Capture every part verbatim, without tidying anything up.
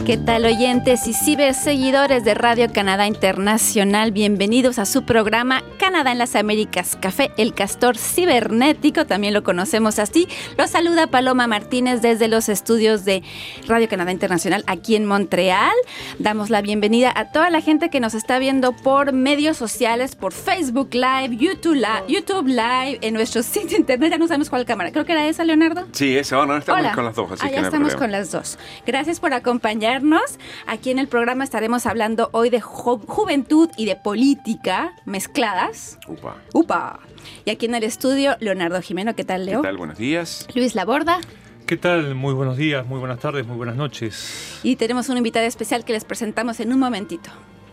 ¿Qué tal, oyentes y ciberseguidores de Radio Canadá Internacional? Bienvenidos a su programa Canadá en las Américas Café, el castor cibernético, también lo conocemos así. Los saluda Paloma Martínez desde los estudios de Radio Canadá Internacional aquí en Montreal. Damos la bienvenida a toda la gente que nos está viendo por medios sociales, por Facebook Live, YouTube Live, YouTube Live, en nuestro sitio internet. Ya no sabemos cuál cámara. Creo que era esa, Leonardo. Sí, esa. Bueno, estamos Hola. con las dos, así ah, que ya no hay estamos problema. con las dos. Gracias por acompañarnos. Aquí en el programa estaremos hablando hoy de ju- juventud y de política mezcladas. Upa. ¡Upa! Y aquí en el estudio, Leonardo Jimeno. ¿Qué tal, Leo? ¿Qué tal? Buenos días. Luis Laborda. ¿Qué tal? Muy buenos días, muy buenas tardes, muy buenas noches. Y tenemos una invitada especial que les presentamos en un momentito.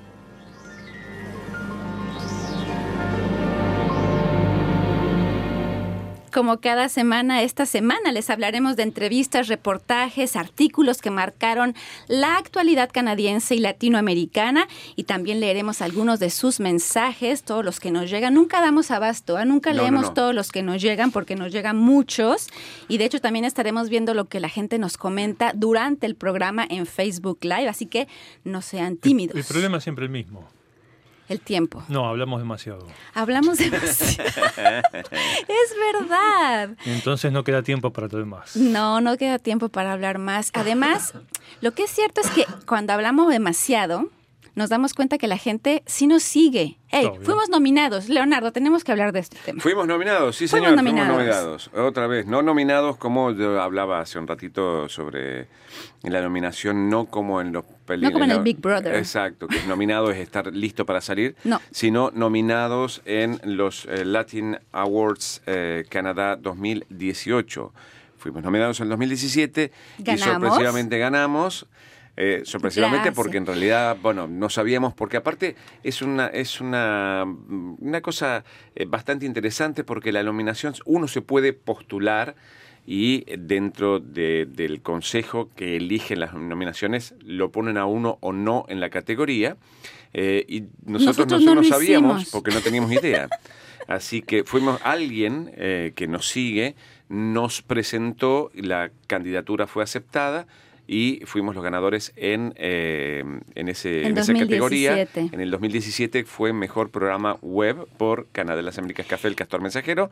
Como cada semana, esta semana les hablaremos de entrevistas, reportajes, artículos que marcaron la actualidad canadiense y latinoamericana, y también leeremos algunos de sus mensajes, todos los que nos llegan. Nunca damos abasto, ¿eh? Nunca No, leemos no, no. todos los que nos llegan porque nos llegan muchos, y de hecho también estaremos viendo lo que la gente nos comenta durante el programa en Facebook Live, así que no sean tímidos. El, el problema es siempre el mismo. El tiempo. No, hablamos demasiado. Hablamos demasiado. Es verdad. Entonces no queda tiempo para todo demás. No, no queda tiempo para hablar más. Además, lo que es cierto es que cuando hablamos demasiado, nos damos cuenta que la gente sí nos sigue. Hey, Obvio. fuimos nominados. Leonardo, tenemos que hablar de este tema. Fuimos nominados, sí Fuimos señor, nominados. fuimos nominados. Otra vez, no nominados como yo hablaba hace un ratito sobre la nominación, no como en los películas. No como en el Big Brother. Exacto, que nominado es estar listo para salir, No. sino nominados en los eh, Latin Awards eh, Canadá dos mil dieciocho. Fuimos nominados en el dos mil diecisiete y ¿Ganamos? sorpresivamente ganamos. Eh, sorpresivamente Gracias. porque en realidad, bueno, no sabíamos, porque aparte es una es una, una cosa eh, bastante interesante, porque la nominación, uno se puede postular y dentro de, del consejo que elige las nominaciones lo ponen a uno o no en la categoría, eh, y nosotros, Nosotros no, no no lo sabíamos hicimos. porque no teníamos idea. Así que fuimos, alguien eh, que nos sigue nos presentó, la candidatura fue aceptada y fuimos los ganadores en, eh, en, ese, En en esa dos mil categoría. diecisiete. En el dos mil diecisiete fue Mejor Programa Web por Canadá en las Américas Café, el Castor Mensajero.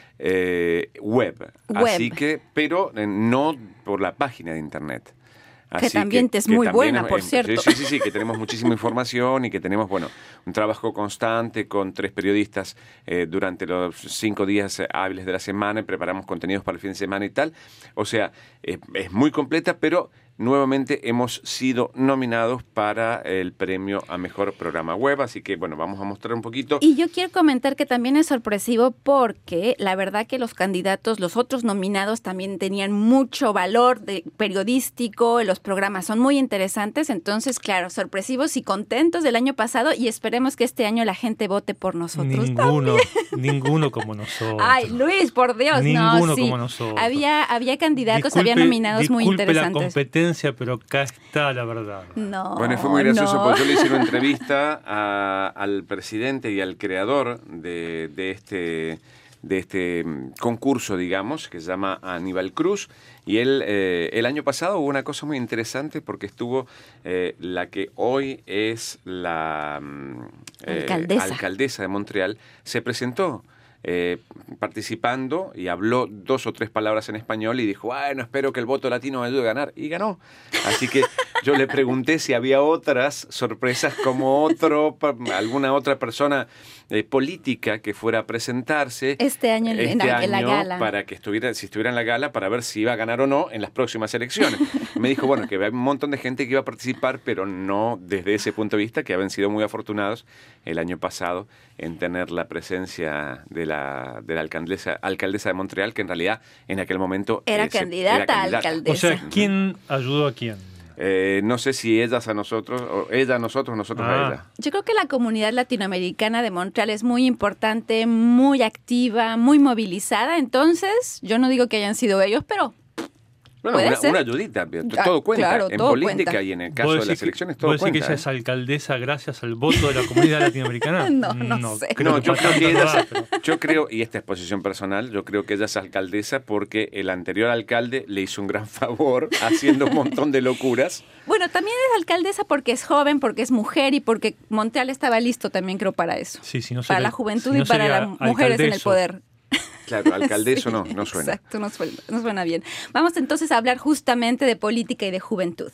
Eh, web. Web. Así que, pero eh, no por la página de internet. Que también es muy buena, por cierto. Sí, sí, sí, que tenemos muchísima información y que tenemos, bueno, un trabajo constante con tres periodistas eh, durante los cinco días eh, hábiles de la semana, y preparamos contenidos para el fin de semana y tal. O sea, eh, es muy completa, pero nuevamente hemos sido nominados para el premio a Mejor Programa Web, así que, bueno, vamos a mostrar un poquito. Y yo quiero comentar que también es sorpresivo porque la verdad que los candidatos, los otros nominados también tenían mucho valor de periodístico, los programas son muy interesantes, entonces, claro, sorpresivos y contentos del año pasado, y esperemos que este año la gente vote por nosotros. Ninguno, ninguno como nosotros. Ay, Luis, por Dios, Ninguno no, sí. como nosotros. Había, había candidatos, Disculpe- había nominados muy disculpe interesantes. la competencia, pero acá está la verdad. No, Bueno, y fue muy gracioso no. porque yo le hice una entrevista a- al presidente y al creador de, de este de este mm, concurso, digamos, que se llama Aníbal Cruz, y él eh, el año pasado hubo una cosa muy interesante porque estuvo eh, la que hoy es la mm, eh, Alcaldesa. alcaldesa de Montreal, se presentó eh, participando y habló dos o tres palabras en español y dijo, bueno, espero que el voto latino me ayude a ganar, y ganó. Así que yo le pregunté si había otras sorpresas, como otro pa- alguna otra persona eh, política que fuera a presentarse Este año en- en este la- en la año gala. para que estuviera, si estuviera en la gala, para ver si iba a ganar o no en las próximas elecciones. Me dijo, bueno, que había un montón de gente que iba a participar, pero no desde ese punto de vista, que habían sido muy afortunados el año pasado en tener la presencia de la, de la alcaldesa, alcaldesa de Montreal, que en realidad en aquel momento Era eh, se- candidata a alcaldesa. O sea, ¿quién ayudó a quién? Eh, no sé si ellas a nosotros, o ella a nosotros, nosotros Ah. a ella. Yo creo que la comunidad latinoamericana de Montreal es muy importante, muy activa, muy movilizada. Entonces, yo no digo que hayan sido ellos, pero Bueno, ¿Puede una, ser? una ayudita, Ah, todo cuenta. claro, en todo política cuenta. y en el caso ¿Vos de las decís que- elecciones todo ¿Vos decís cuenta. que ella ¿eh? es alcaldesa gracias al voto de la comunidad latinoamericana? No, no sé. creo No, que yo para creo tanto que no ella, da, es- pero- yo creo, y esta es posición personal, yo creo que ella es alcaldesa porque el anterior alcalde le hizo un gran favor haciendo un montón de locuras. Bueno, también es alcaldesa porque es joven, porque es mujer y porque Montreal estaba listo también, creo, para eso. Sí, si no Para sería- la juventud si no y para sería las mujeres en el alcaldeso. poder. Claro, alcaldeso Sí, no, no suena. Exacto, no suena, no suena bien. Vamos entonces a hablar justamente de política y de juventud.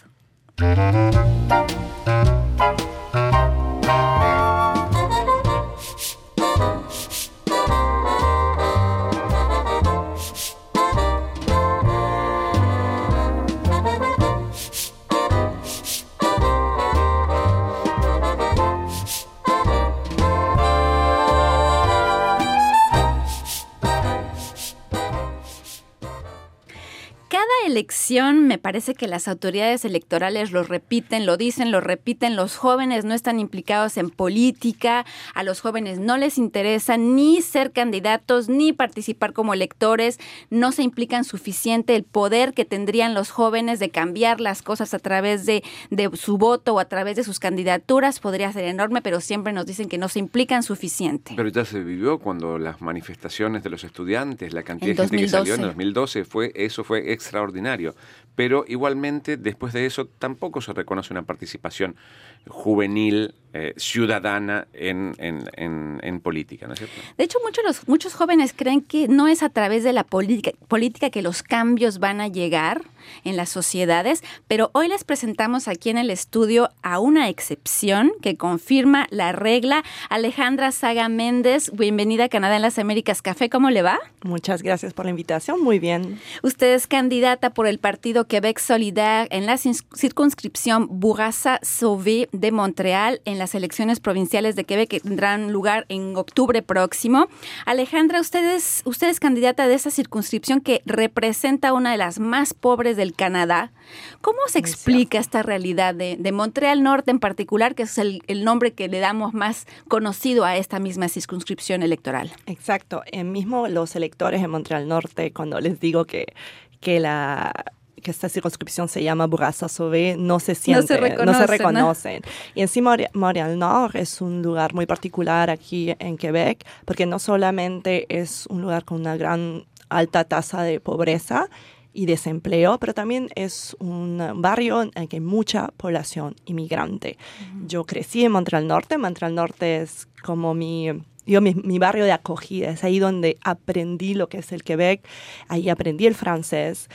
Cada elección me parece que las autoridades electorales lo repiten, lo dicen, lo repiten. Los jóvenes no están implicados en política, a los jóvenes no les interesa ni ser candidatos ni participar como electores, no se implican suficiente. El poder que tendrían los jóvenes de cambiar las cosas a través de, de su voto o a través de sus candidaturas podría ser enorme, pero siempre nos dicen que no se implican suficiente. Pero ya se vivió cuando las manifestaciones de los estudiantes, la cantidad En de gente que salió en dos mil doce. dos mil doce, fue, eso fue extraordinario. Pero igualmente, después de eso, tampoco se reconoce una participación juvenil, eh, ciudadana en, en, en, en política, ¿no es cierto? De hecho, muchos, los, muchos jóvenes creen que no es a través de la política, política que los cambios van a llegar en las sociedades, pero hoy les presentamos aquí en el estudio a una excepción que confirma la regla. Alejandra Saga Méndez, bienvenida a Canadá en las Américas Café, ¿cómo le va? Muchas gracias por la invitación, muy bien. Usted es candidata por el partido Québec Solidaire en la circunscripción Bourassa-Sauvé de Montreal en las elecciones provinciales de Quebec que tendrán lugar en octubre próximo. Alejandra, usted es, usted es candidata de esa circunscripción que representa una de las más pobres del Canadá. ¿Cómo se explica esta realidad de, de Montreal Norte en particular, que es el, el nombre que le damos más conocido a esta misma circunscripción electoral? Exacto, eh, mismo los electores en Montreal Norte, cuando les digo que, que la... que esta circunscripción se llama Bourassa-Sauvé, no se sienten, no se reconocen. No se reconocen. ¿no? Y encima Montreal Nord es un lugar muy particular aquí en Quebec, porque no solamente es un lugar con una gran alta tasa de pobreza y desempleo, pero también es un barrio en el que hay mucha población inmigrante. Uh-huh. Yo crecí en Montreal Norte. Montreal Norte es como mi... Yo, mi, mi barrio de acogida, es ahí donde aprendí lo que es el Quebec, ahí aprendí el francés.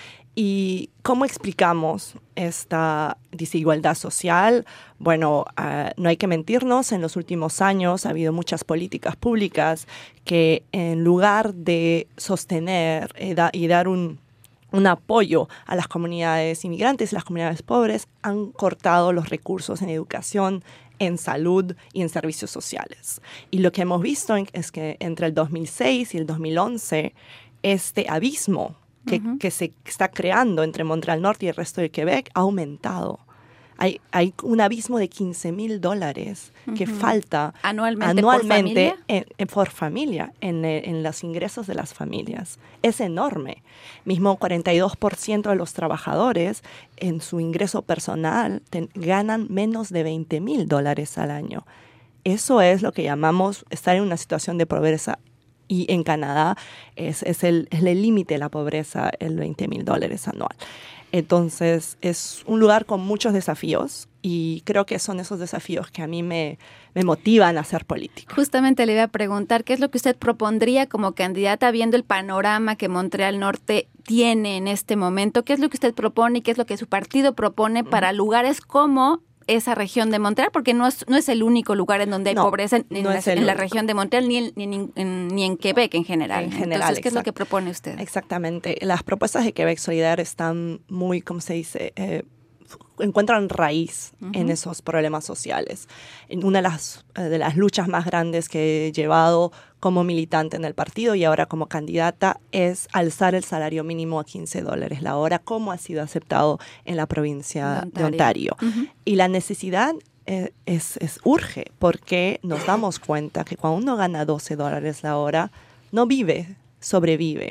¿Y cómo explicamos esta desigualdad social? Bueno, uh, no hay que mentirnos, en los últimos años ha habido muchas políticas públicas que en lugar de sostener eh, da, y dar un, un apoyo a las comunidades inmigrantes, las comunidades pobres, han cortado los recursos en educación, en salud y en servicios sociales. Y lo que hemos visto es que entre el dos mil seis y el dos mil once, este abismo que, uh-huh. que se está creando entre Montreal Norte y el resto de Quebec ha aumentado. Hay, hay un abismo de quince mil dólares uh-huh. que falta anualmente, anualmente por familia, en, en, por familia en, en los ingresos de las familias. Es enorme. Mismo cuarenta y dos por ciento de los trabajadores en su ingreso personal ten, ganan menos de veinte mil dólares al año. Eso es lo que llamamos estar en una situación de pobreza. Y en Canadá es, es el límite de la pobreza, el veinte mil dólares anual. Entonces, es un lugar con muchos desafíos y creo que son esos desafíos que a mí me, me motivan a hacer política. Justamente le iba a preguntar, ¿qué es lo que usted propondría como candidata viendo el panorama que Montreal Norte tiene en este momento? ¿Qué es lo que usted propone y qué es lo que su partido propone para lugares como esa región de Montreal? Porque no es, no es el único lugar en donde hay no, pobreza en, en, no la, en la región de Montreal ni en, ni, en, en, ni en Quebec en general. En general, Entonces, ¿qué exacto. es lo que propone usted? Exactamente. Las propuestas de Quebec Solidaire están muy, ¿cómo se dice?, eh, encuentran raíz uh-huh. en esos problemas sociales. En una de las, de las luchas más grandes que he llevado como militante en el partido y ahora como candidata es alzar el salario mínimo a quince dólares la hora, como ha sido aceptado en la provincia de Ontario. De Ontario. Uh-huh. Y la necesidad eh, es, es urge, porque nos damos cuenta que cuando uno gana doce dólares la hora, no vive, sobrevive.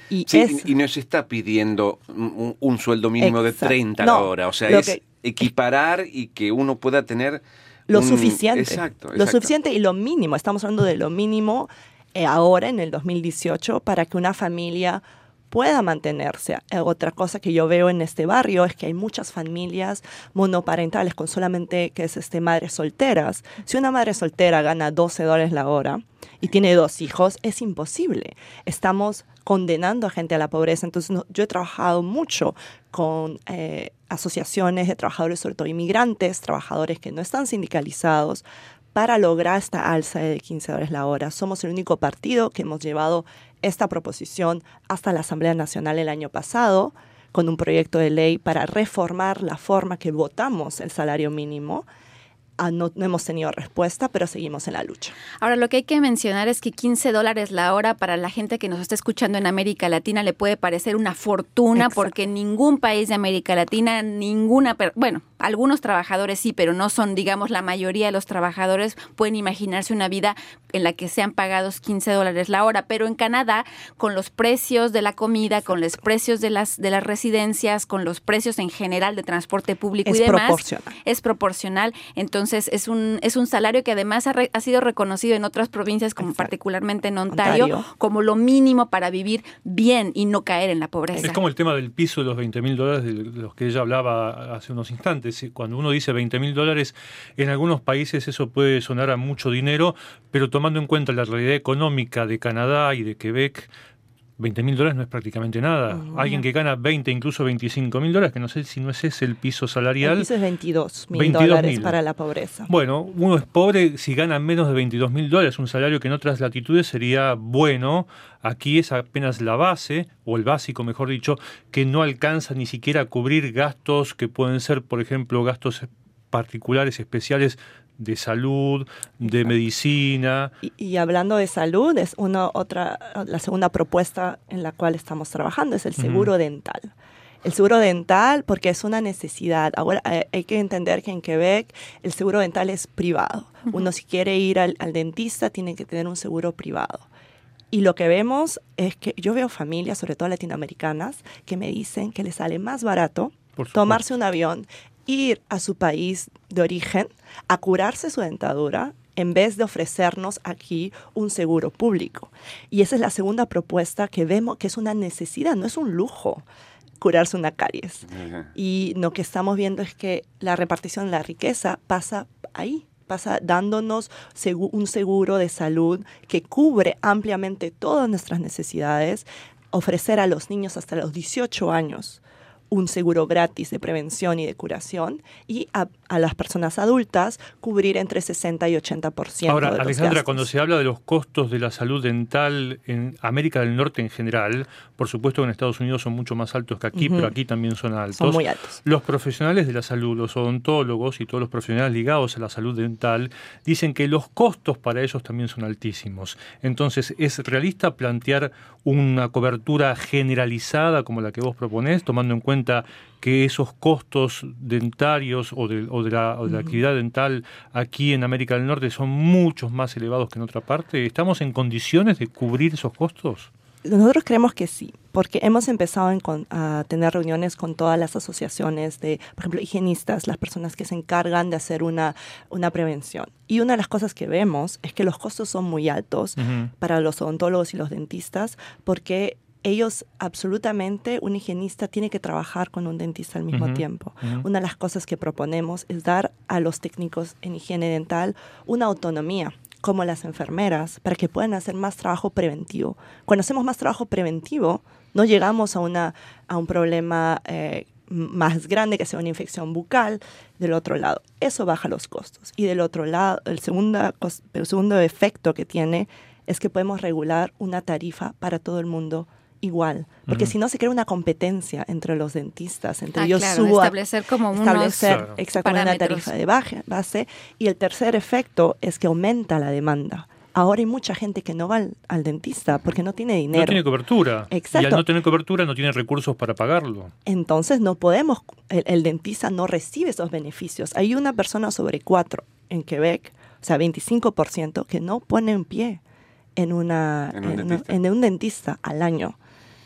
Y, sí, es, y no se está pidiendo un, un sueldo mínimo exacto. de treinta no, la hora, o sea, es que, equiparar y que uno pueda tener lo un, suficiente. Exacto, exacto. Lo suficiente y lo mínimo. Estamos hablando de lo mínimo eh, ahora, en el dos mil dieciocho, para que una familia pueda mantenerse. Eh, otra cosa que yo veo en este barrio es que hay muchas familias monoparentales con solamente, que es este, madres solteras. Si una madre soltera gana doce dólares la hora y tiene dos hijos, es imposible. Estamos condenando a gente a la pobreza. Entonces, no, yo he trabajado mucho con eh, asociaciones de trabajadores, sobre todo inmigrantes, trabajadores que no están sindicalizados, para lograr esta alza de quince dólares la hora. Somos el único partido que hemos llevado esta proposición hasta la Asamblea Nacional el año pasado, con un proyecto de ley para reformar la forma que votamos el salario mínimo. Ah, no, no hemos tenido respuesta, pero seguimos en la lucha. Ahora, lo que hay que mencionar es que quince dólares la hora para la gente que nos está escuchando en América Latina le puede parecer una fortuna. Exacto. Porque en ningún país de América Latina, ninguna, bueno, algunos trabajadores sí, pero no son, digamos, la mayoría de los trabajadores pueden imaginarse una vida en la que sean pagados quince dólares la hora. Pero en Canadá, con los precios de la comida, con los precios de las, de las residencias, con los precios en general de transporte público es y demás, proporcional. es proporcional. Entonces, es un, es un salario que además ha, re, ha sido reconocido en otras provincias, como Exacto. particularmente en Ontario, Ontario, como lo mínimo para vivir bien y no caer en la pobreza. Es como el tema del piso de los veinte mil dólares de los que ella hablaba hace unos instantes. Cuando uno dice veinte mil dólares, en algunos países eso puede sonar a mucho dinero, pero tomando en cuenta la realidad económica de Canadá y de Quebec, veinte mil dólares no es prácticamente nada. Uh-huh. Alguien que gana veinte, incluso veinticinco mil dólares, que no sé si no es ese el piso salarial. El piso es veintidós mil dólares para la pobreza. Bueno, uno es pobre si gana menos de veintidós mil dólares, un salario que en otras latitudes sería bueno. Aquí es apenas la base, o el básico, mejor dicho, que no alcanza ni siquiera a cubrir gastos que pueden ser, por ejemplo, gastos particulares, especiales, de salud, de medicina. Y, y hablando de salud, es una otra, la segunda propuesta en la cual estamos trabajando, es el seguro uh-huh. dental. El seguro dental, porque es una necesidad. Ahora eh, hay que entender que en Quebec el seguro dental es privado. Uh-huh. Uno si quiere ir al, al dentista tiene que tener un seguro privado. Y lo que vemos es que yo veo familias, sobre todo latinoamericanas, que me dicen que les sale más barato tomarse un avión, ir a su país de origen a curarse su dentadura en vez de ofrecernos aquí un seguro público. Y esa es la segunda propuesta que vemos, que es una necesidad, no es un lujo curarse una caries. Uh-huh. Y lo que estamos viendo es que la repartición de la riqueza pasa ahí, pasa dándonos segu- un seguro de salud que cubre ampliamente todas nuestras necesidades, ofrecer a los niños hasta los dieciocho años un seguro gratis de prevención y de curación, y a, a las personas adultas cubrir entre sesenta y ochenta por ciento. Ahora, de los Alejandra, gastos. Cuando se habla de los costos de la salud dental en América del Norte en general, por supuesto que en Estados Unidos son mucho más altos que aquí, uh-huh. pero aquí también son altos. Son muy altos. Los profesionales de la salud, los odontólogos y todos los profesionales ligados a la salud dental, dicen que los costos para ellos también son altísimos. Entonces, ¿es realista plantear una cobertura generalizada como la que vos proponés, tomando en cuenta que esos costos dentarios o de, o de, la, o de la actividad dental aquí en América del Norte son muchos más elevados que en otra parte? ¿Estamos en condiciones de cubrir esos costos? Nosotros creemos que sí, porque hemos empezado en con, a tener reuniones con todas las asociaciones de, por ejemplo, higienistas, las personas que se encargan de hacer una, una prevención. Y una de las cosas que vemos es que los costos son muy altos uh-huh. para los odontólogos y los dentistas, porque ellos absolutamente, un higienista tiene que trabajar con un dentista al mismo uh-huh. tiempo. Uh-huh. Una de las cosas que proponemos es dar a los técnicos en higiene dental una autonomía, como las enfermeras, para que puedan hacer más trabajo preventivo. Cuando hacemos más trabajo preventivo, no llegamos a, una, a un problema eh, más grande, que sea una infección bucal, del otro lado. Eso baja los costos. Y del otro lado, el segundo, el segundo efecto que tiene es que podemos regular una tarifa para todo el mundo igual, porque uh-huh. si no se crea una competencia entre los dentistas, entre ah, ellos claro, subo establecer como unos establecer claro. exactamente una tarifa de baja, base, y el tercer efecto es que aumenta la demanda. Ahora hay mucha gente que no va al, al dentista porque no tiene dinero. No tiene cobertura. Exacto. Y al no tener cobertura no tiene recursos para pagarlo. Entonces no podemos, el, el dentista no recibe esos beneficios. Hay una persona sobre cuatro en Quebec, o sea, veinticinco por ciento, que no pone en pie en, una, en, un, en, dentista. en un dentista al año.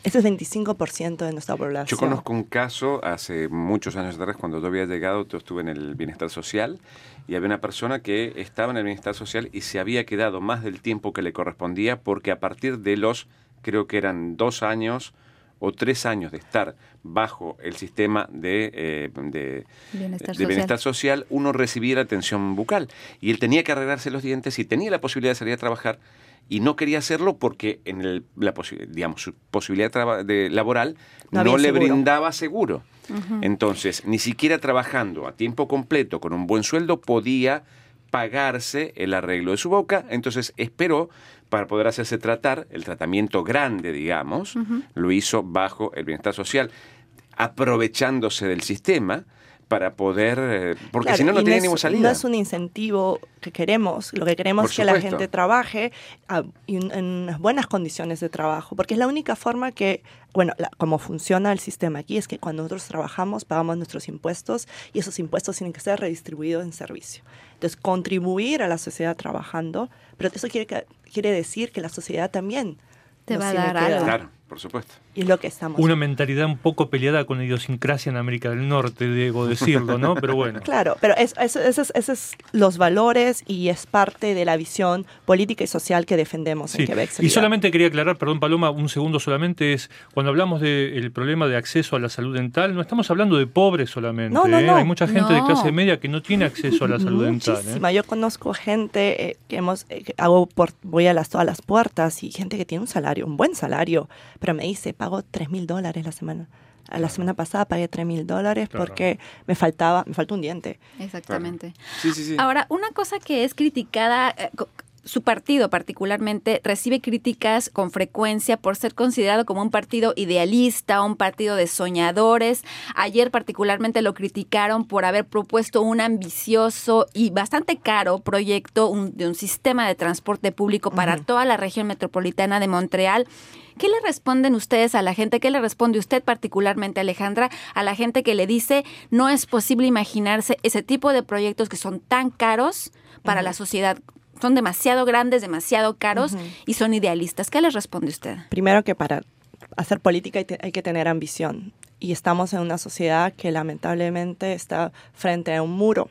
Ese es veinticinco por ciento de nuestra población. Yo conozco un caso hace muchos años atrás, cuando yo había llegado, yo estuve en el bienestar social y había una persona que estaba en el bienestar social y se había quedado más del tiempo que le correspondía porque a partir de los, creo que eran dos años o tres años de estar bajo el sistema de, eh, de, Bienestar de social. bienestar social, uno recibía la atención bucal. Y él tenía que arreglarse los dientes y tenía la posibilidad de salir a trabajar y no quería hacerlo porque en el, la posi- digamos, su posibilidad de, traba- de laboral No no, había le seguro. brindaba seguro. Ujú. Entonces, ni siquiera trabajando a tiempo completo con un buen sueldo podía pagarse el arreglo de su boca. Entonces esperó para poder hacerse tratar, el tratamiento grande, digamos, Ujú. lo hizo bajo el bienestar social, aprovechándose del sistema para poder, eh, porque Claro, si no, no y tenía es- ninguna salida. No es un incentivo que queremos. Lo que queremos Por es que la supuesto. gente trabaje a- y en, en unas buenas condiciones de trabajo, porque es la única forma que, bueno, la- como funciona el sistema aquí es que cuando nosotros trabajamos pagamos nuestros impuestos y esos impuestos tienen que ser redistribuidos en servicio. Entonces, contribuir a la sociedad trabajando, pero eso quiere, que- quiere decir que la sociedad también Te nos va a tiene dar que algo. Claro, por supuesto. Y es lo que estamos Una mentalidad un poco peleada con la idiosincrasia en América del Norte, debo decirlo, ¿no? Pero bueno. Claro, pero es- es- esos es, es los valores y es parte de la visión política y social que defendemos Sí. en Quebec. Y Solidaire. solamente quería aclarar, perdón Paloma, un segundo solamente, es cuando hablamos del problema de acceso a la salud dental, no estamos hablando de pobres solamente. No, no, ¿eh? no. Hay mucha gente de No. clase media que no tiene acceso a la salud dental. ¿eh? Muchísima. Yo conozco gente eh, que hemos, eh, que hago por, voy a las, todas las puertas y gente que tiene un salario, un buen salario, pero me dice, pago tres mil dólares la semana. A la semana pasada pagué tres mil dólares Claro. porque me faltaba, me faltó un diente. Exactamente. Sí, sí, sí. Ahora, una cosa que es criticada, eh, co- su partido particularmente recibe críticas con frecuencia por ser considerado como un partido idealista, un partido de soñadores. Ayer particularmente lo criticaron por haber propuesto un ambicioso y bastante caro proyecto un- de un sistema de transporte público para Ujú. toda la región metropolitana de Montreal. ¿Qué le responden ustedes a la gente? ¿Qué le responde usted particularmente, Alejandra, a la gente que le dice no es posible imaginarse ese tipo de proyectos que son tan caros para Ujú. la sociedad? Son demasiado grandes, demasiado caros Ujú. y son idealistas. ¿Qué les responde usted? Primero que para hacer política hay, te- hay que tener ambición. Y estamos en una sociedad que lamentablemente está frente a un muro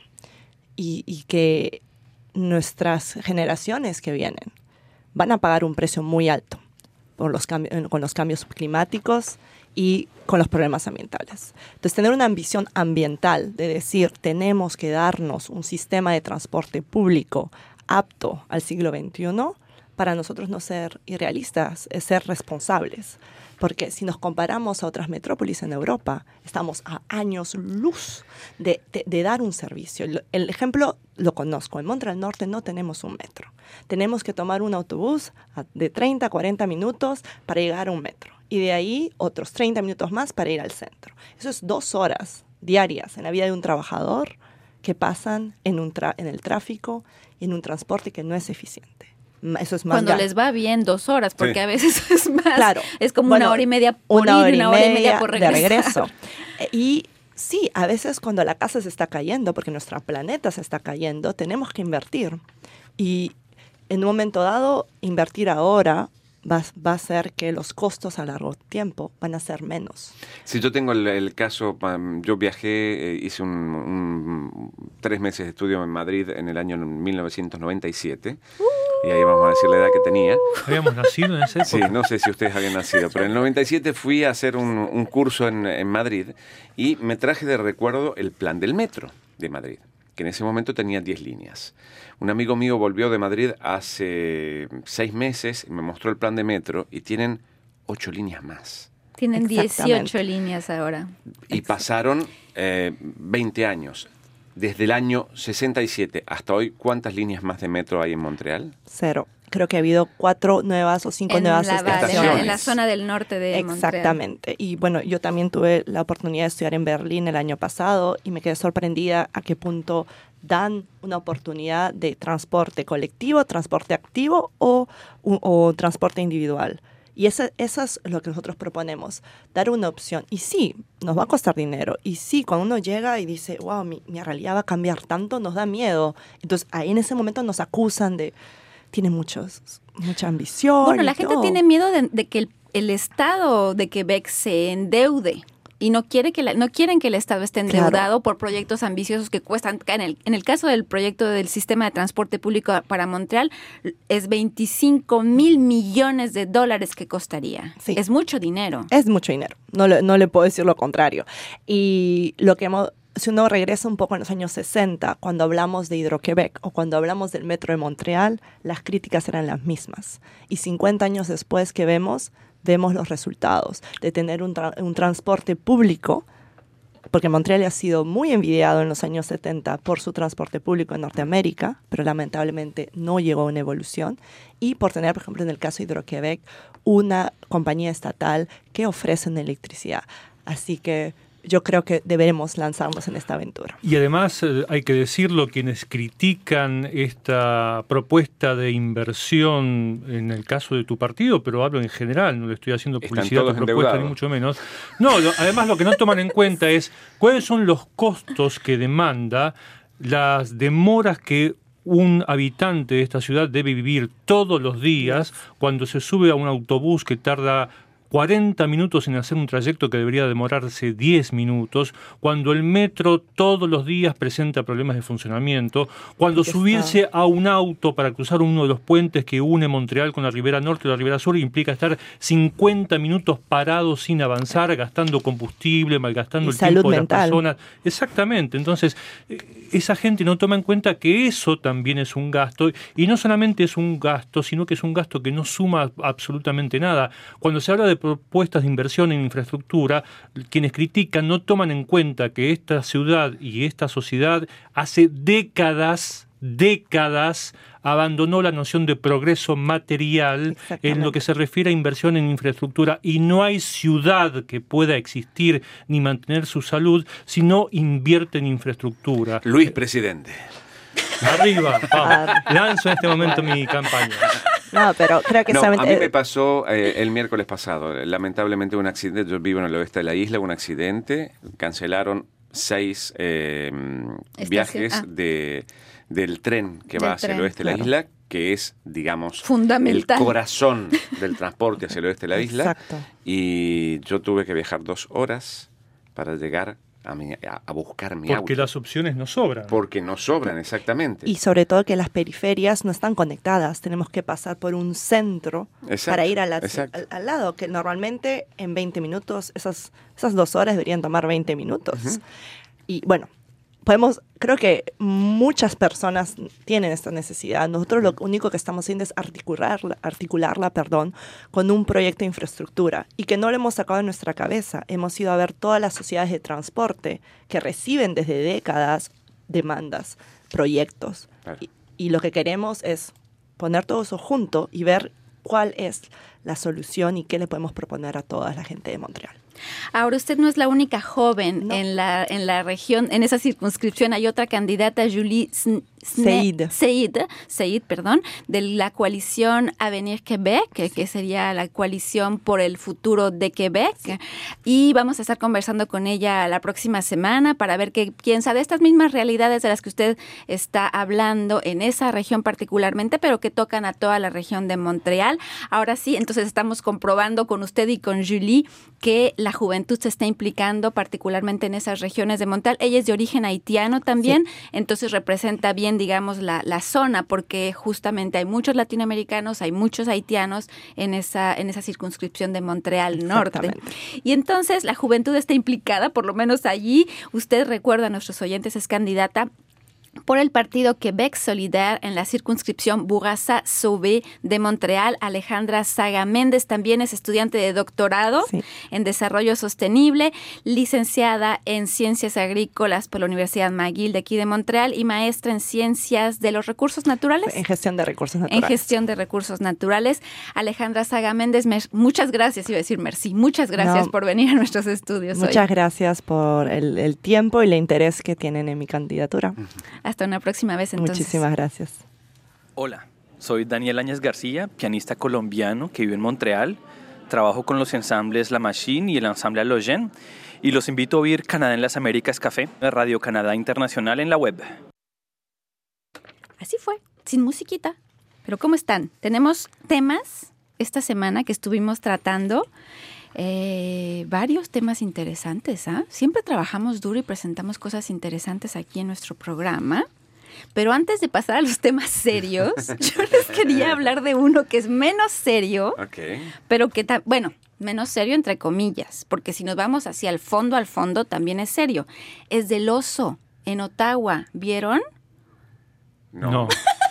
y, y que nuestras generaciones que vienen van a pagar un precio muy alto por los cambi- con los cambios climáticos y con los problemas ambientales. Entonces, tener una ambición ambiental de decir, tenemos que darnos un sistema de transporte público apto al siglo veintiuno, para nosotros no ser irrealistas, es ser responsables. Porque si nos comparamos a otras metrópolis en Europa, estamos a años luz de, de, de dar un servicio. El, el ejemplo lo conozco. En Montreal Norte no tenemos un metro. Tenemos que tomar un autobús a- de treinta a cuarenta minutos para llegar a un metro. Y de ahí otros treinta minutos más para ir al centro. Eso es dos horas diarias en la vida de un trabajador que pasan en, un tra- en el tráfico y en un transporte que no es eficiente. Ma- Eso es más Cuando ga- les va bien dos horas, porque Sí. a veces es más. Claro. Es como Bueno, una hora y media por una hora ir y y una hora y media media por de regresar. regreso. Eh, Y sí, a veces cuando la casa se está cayendo, porque nuestro planeta se está cayendo, tenemos que invertir. Y en un momento dado, invertir ahora va, va a hacer que los costos a largo tiempo van a ser menos. Si yo tengo el, el caso, um, yo viajé, eh, hice un, un- tres meses de estudio en Madrid en el año mil novecientos noventa y siete, y ahí vamos a decir la edad que tenía. Habíamos nacido en esa Sí, época. no sé si ustedes habían nacido, pero en el noventa y siete fui a hacer un, un curso en, en Madrid y me traje de recuerdo el plan del metro de Madrid, que en ese momento tenía diez líneas. Un amigo mío volvió de Madrid hace seis meses y me mostró el plan de metro y tienen ocho líneas más. Tienen Exactamente. dieciocho líneas ahora. Y pasaron eh, veinte años. Desde el año sesenta y siete hasta hoy, ¿cuántas líneas más de metro hay en Montreal? Cero. Creo que ha habido cuatro nuevas o cinco En nuevas la, Val- en, la, estaciones. en la zona del norte de Montreal. Exactamente. Y bueno, yo también tuve la oportunidad de estudiar en Berlín el año pasado y me quedé sorprendida a qué punto dan una oportunidad de transporte colectivo, transporte activo o, o, o transporte individual. Y eso, eso es lo que nosotros proponemos, dar una opción. Y sí, nos va a costar dinero. Y sí, cuando uno llega y dice, wow, mi, mi realidad va a cambiar tanto, nos da miedo. Entonces, ahí en ese momento nos acusan de, tiene muchos, mucha ambición. Bueno, y la gente todo. tiene miedo de, de que el, el Estado de Quebec se endeude. Y no quiere que la, no quieren que el Estado esté endeudado claro. por proyectos ambiciosos que cuestan. En el, en el caso del proyecto del sistema de transporte público para Montreal, es veinticinco mil millones de dólares que costaría. Sí. Es mucho dinero. Es mucho dinero. No le, no le puedo decir lo contrario. Y lo que hemos... Si uno regresa un poco en los años sesenta, cuando hablamos de Hydro-Québec o cuando hablamos del Metro de Montreal, las críticas eran las mismas. Y cincuenta años después que vemos... vemos los resultados de tener un, tra- un transporte público, porque Montreal ha sido muy envidiado en los años setenta por su transporte público en Norteamérica, pero lamentablemente no llegó a una evolución, y por tener, por ejemplo, en el caso de Hydro-Québec, una compañía estatal que ofrece una electricidad. Así que yo creo que deberemos lanzarnos en esta aventura. Y además, eh, hay que decirlo, quienes critican esta propuesta de inversión en el caso de tu partido, pero hablo en general, no le estoy haciendo publicidad a tu propuesta, ni mucho menos. No, lo, además lo que no toman en cuenta es cuáles son los costos que demanda, las demoras que un habitante de esta ciudad debe vivir todos los días cuando se sube a un autobús que tarda cuarenta minutos en hacer un trayecto que debería demorarse diez minutos, cuando el metro todos los días presenta problemas de funcionamiento, cuando subirse está? a un auto para cruzar uno de los puentes que une Montreal con la Ribera Norte y la Ribera Sur implica estar cincuenta minutos parados sin avanzar, gastando combustible, malgastando y el tiempo de las personas. Exactamente, entonces esa gente no toma en cuenta que eso también es un gasto, y no solamente es un gasto, sino que es un gasto que no suma absolutamente nada. Cuando se habla de propuestas de inversión en infraestructura, quienes critican no toman en cuenta que esta ciudad y esta sociedad hace décadas, décadas abandonó la noción de progreso material en lo que se refiere a inversión en infraestructura, y no hay ciudad que pueda existir ni mantener su salud si no invierte en infraestructura. Luis Presidente. Arriba, vamos. Lanzo en este momento mi campaña. No, pero creo que no, saben... a mí me pasó eh, el miércoles pasado, lamentablemente un accidente. Yo vivo en el oeste de la isla, un accidente, cancelaron seis eh, viajes ah. de, del tren que va del hacia tren, el oeste claro. de la isla, que es, digamos, fundamental, el corazón del transporte hacia el oeste de la isla. Exacto. Y yo tuve que viajar dos horas para llegar A, mi, a, a buscar mi Porque auto. Porque las opciones no sobran. Porque no sobran, exactamente. Y sobre todo que las periferias no están conectadas. Tenemos que pasar por un centro exacto, para ir a la, al, al lado, que normalmente en veinte minutos, esas, esas dos horas deberían tomar veinte minutos. Uh-huh. Y bueno, podemos, creo que muchas personas tienen esta necesidad. Nosotros lo único que estamos haciendo es articularla, articularla perdón, con un proyecto de infraestructura, y que no lo hemos sacado de nuestra cabeza. Hemos ido a ver todas las sociedades de transporte que reciben desde décadas demandas, proyectos. Claro. Y, y lo que queremos es poner todo eso junto y ver cuál es la solución y qué le podemos proponer a toda la gente de Montreal. Ahora, usted no es la única joven no. en la en la región, en esa circunscripción. Hay otra candidata, Julie Seid. Seid, Seid, perdón, de la coalición Avenir Québec, que, que sería la coalición por el futuro de Quebec. Sí. Y vamos a estar conversando con ella la próxima semana para ver qué piensa de estas mismas realidades de las que usted está hablando en esa región particularmente, pero que tocan a toda la región de Montreal. Ahora sí, entonces estamos comprobando con usted y con Julie que la juventud se está implicando particularmente en esas regiones de Montreal. Ella es de origen haitiano también, sí. Entonces representa bien, digamos, la, la zona, porque justamente hay muchos latinoamericanos, hay muchos haitianos en esa, en esa circunscripción de Montreal Norte. Y entonces la juventud está implicada, por lo menos allí. Usted, recuerda a nuestros oyentes, es candidata por el partido Québec Solidaire en la circunscripción Bourassa-Sauvé de Montreal. Alejandra Saga Méndez también es estudiante de doctorado sí. en Desarrollo Sostenible, licenciada en Ciencias Agrícolas por la Universidad McGill de aquí de Montreal y maestra en Ciencias de los Recursos Naturales. En Gestión de Recursos Naturales. En Gestión de Recursos Naturales. Alejandra Saga Méndez, muchas gracias, iba a decir merci, muchas gracias no, por venir a nuestros estudios muchas hoy. Gracias por el, el tiempo y el interés que tienen en mi candidatura. Hasta una próxima vez, entonces. Muchísimas gracias. Hola, soy Daniel Áñez García, pianista colombiano que vive en Montreal. Trabajo con los ensambles La Machine y el ensamble Halogène y los invito a oír Canadá en las Américas Café de Radio Canadá Internacional en la web. Así fue, sin musiquita. Pero ¿cómo están? Tenemos temas esta semana que estuvimos tratando eh, varios temas interesantes. ¿eh? Siempre trabajamos duro y presentamos cosas interesantes aquí en nuestro programa. Pero antes de pasar a los temas serios, yo les quería hablar de uno que es menos serio, Okay. pero que, ta- bueno, menos serio entre comillas, porque si nos vamos hacia el fondo, al fondo, también es serio. Es del oso en Ottawa. ¿Vieron? No. No.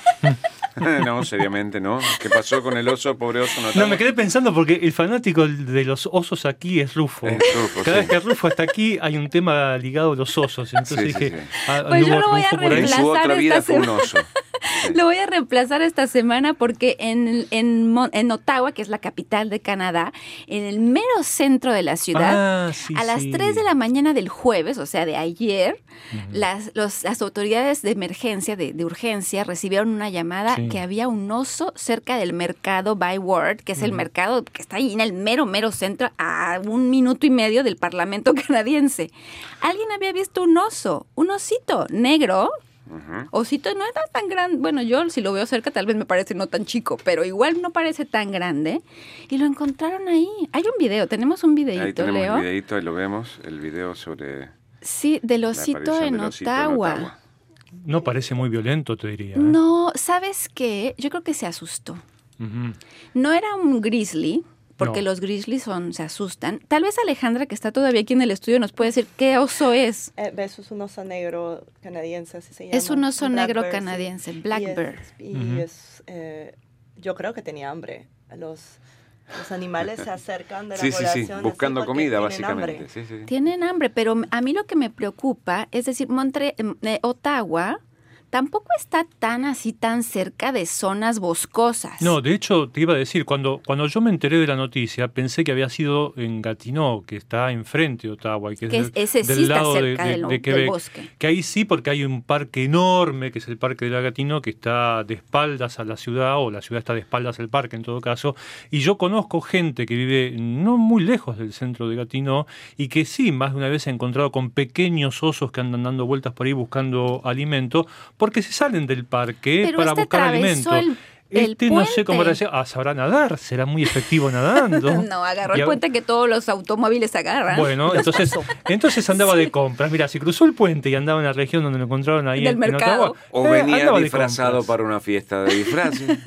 No, seriamente no. ¿Qué pasó con el oso, pobre oso? No, No, me quedé pensando porque el fanático de los osos aquí es Rufo. Es Rufo, Cada sí. vez que Rufo está aquí hay un tema ligado a los osos. Entonces Sí, sí, dije, sí. ah, Pues yo ¿anduvo lo voy a Rufo por ahí? En su reemplazar otra vida esta fue un oso. Sí. Lo voy a reemplazar esta semana porque en, en, Mon- en Ottawa, que es la capital de Canadá, en el mero centro de la ciudad, Ah, sí, a las sí. tres de la mañana del jueves, o sea, de ayer, las, los- las autoridades de emergencia, de, de urgencia, recibieron una llamada Sí. que había un oso cerca del mercado Byward, que es el mercado que está ahí en el mero, mero centro, a un minuto y medio del Parlamento canadiense. Alguien había visto un oso, un osito negro. Ujú. Osito no era tan grande. Bueno, yo si lo veo cerca tal vez me parece no tan chico, pero igual no parece tan grande. Y lo encontraron ahí. Hay un video, tenemos un videíto, Ahí tenemos Leo. el videíto, ahí lo vemos, el video sobre Sí, del la osito aparición en del osito Ottawa. en Ottawa. No parece muy violento, te diría. ¿eh? No, ¿sabes qué? Yo creo que se asustó. Ujú. No era un grizzly, porque No. los grizzlies son, se asustan. Tal vez Alejandra, que está todavía aquí en el estudio, nos puede decir qué oso es. Eh, ves, es un oso negro canadiense, así se llama. Es un oso negro Black bear, sí. canadiense, Y black es- bear. Y Ujú. es, eh, yo creo que tenía hambre. Los, los animales se acercan de la Sí, sí, población sí, así buscando porque comida, tienen básicamente. hambre. Sí, sí. Tienen hambre, pero a mí lo que me preocupa es decir, Montre eh, Ottawa tampoco está tan así, tan cerca de zonas boscosas. No, de hecho, te iba a decir, cuando, cuando yo me enteré de la noticia, pensé que había sido en Gatineau, que está enfrente de Ottawa, y que, Que es es- del, ese sí del está lado de, cerca de- de lo- de del Quebec. bosque. Que ahí sí, porque hay un parque enorme, que es el Parque de la Gatineau, que está de espaldas a la ciudad, o la ciudad está de espaldas al parque en todo caso. Y yo conozco gente que vive no muy lejos del centro de Gatineau, y que sí, más de una vez se ha encontrado con pequeños osos que andan dando vueltas por ahí buscando alimento, porque se salen del parque Pero para este buscar atravesó alimento. el- el Este no sé cómo puente. decir, ah, sabrá nadar, será muy efectivo nadando. No, agarró Y el a- puente que todos los automóviles agarran. Bueno, entonces, entonces andaba de compras. Mira, si cruzó el puente y andaba en la región donde lo encontraron ahí Del en, en mercado. Ottawa, O eh, venía andaba de disfrazado compras. para una fiesta de disfraces.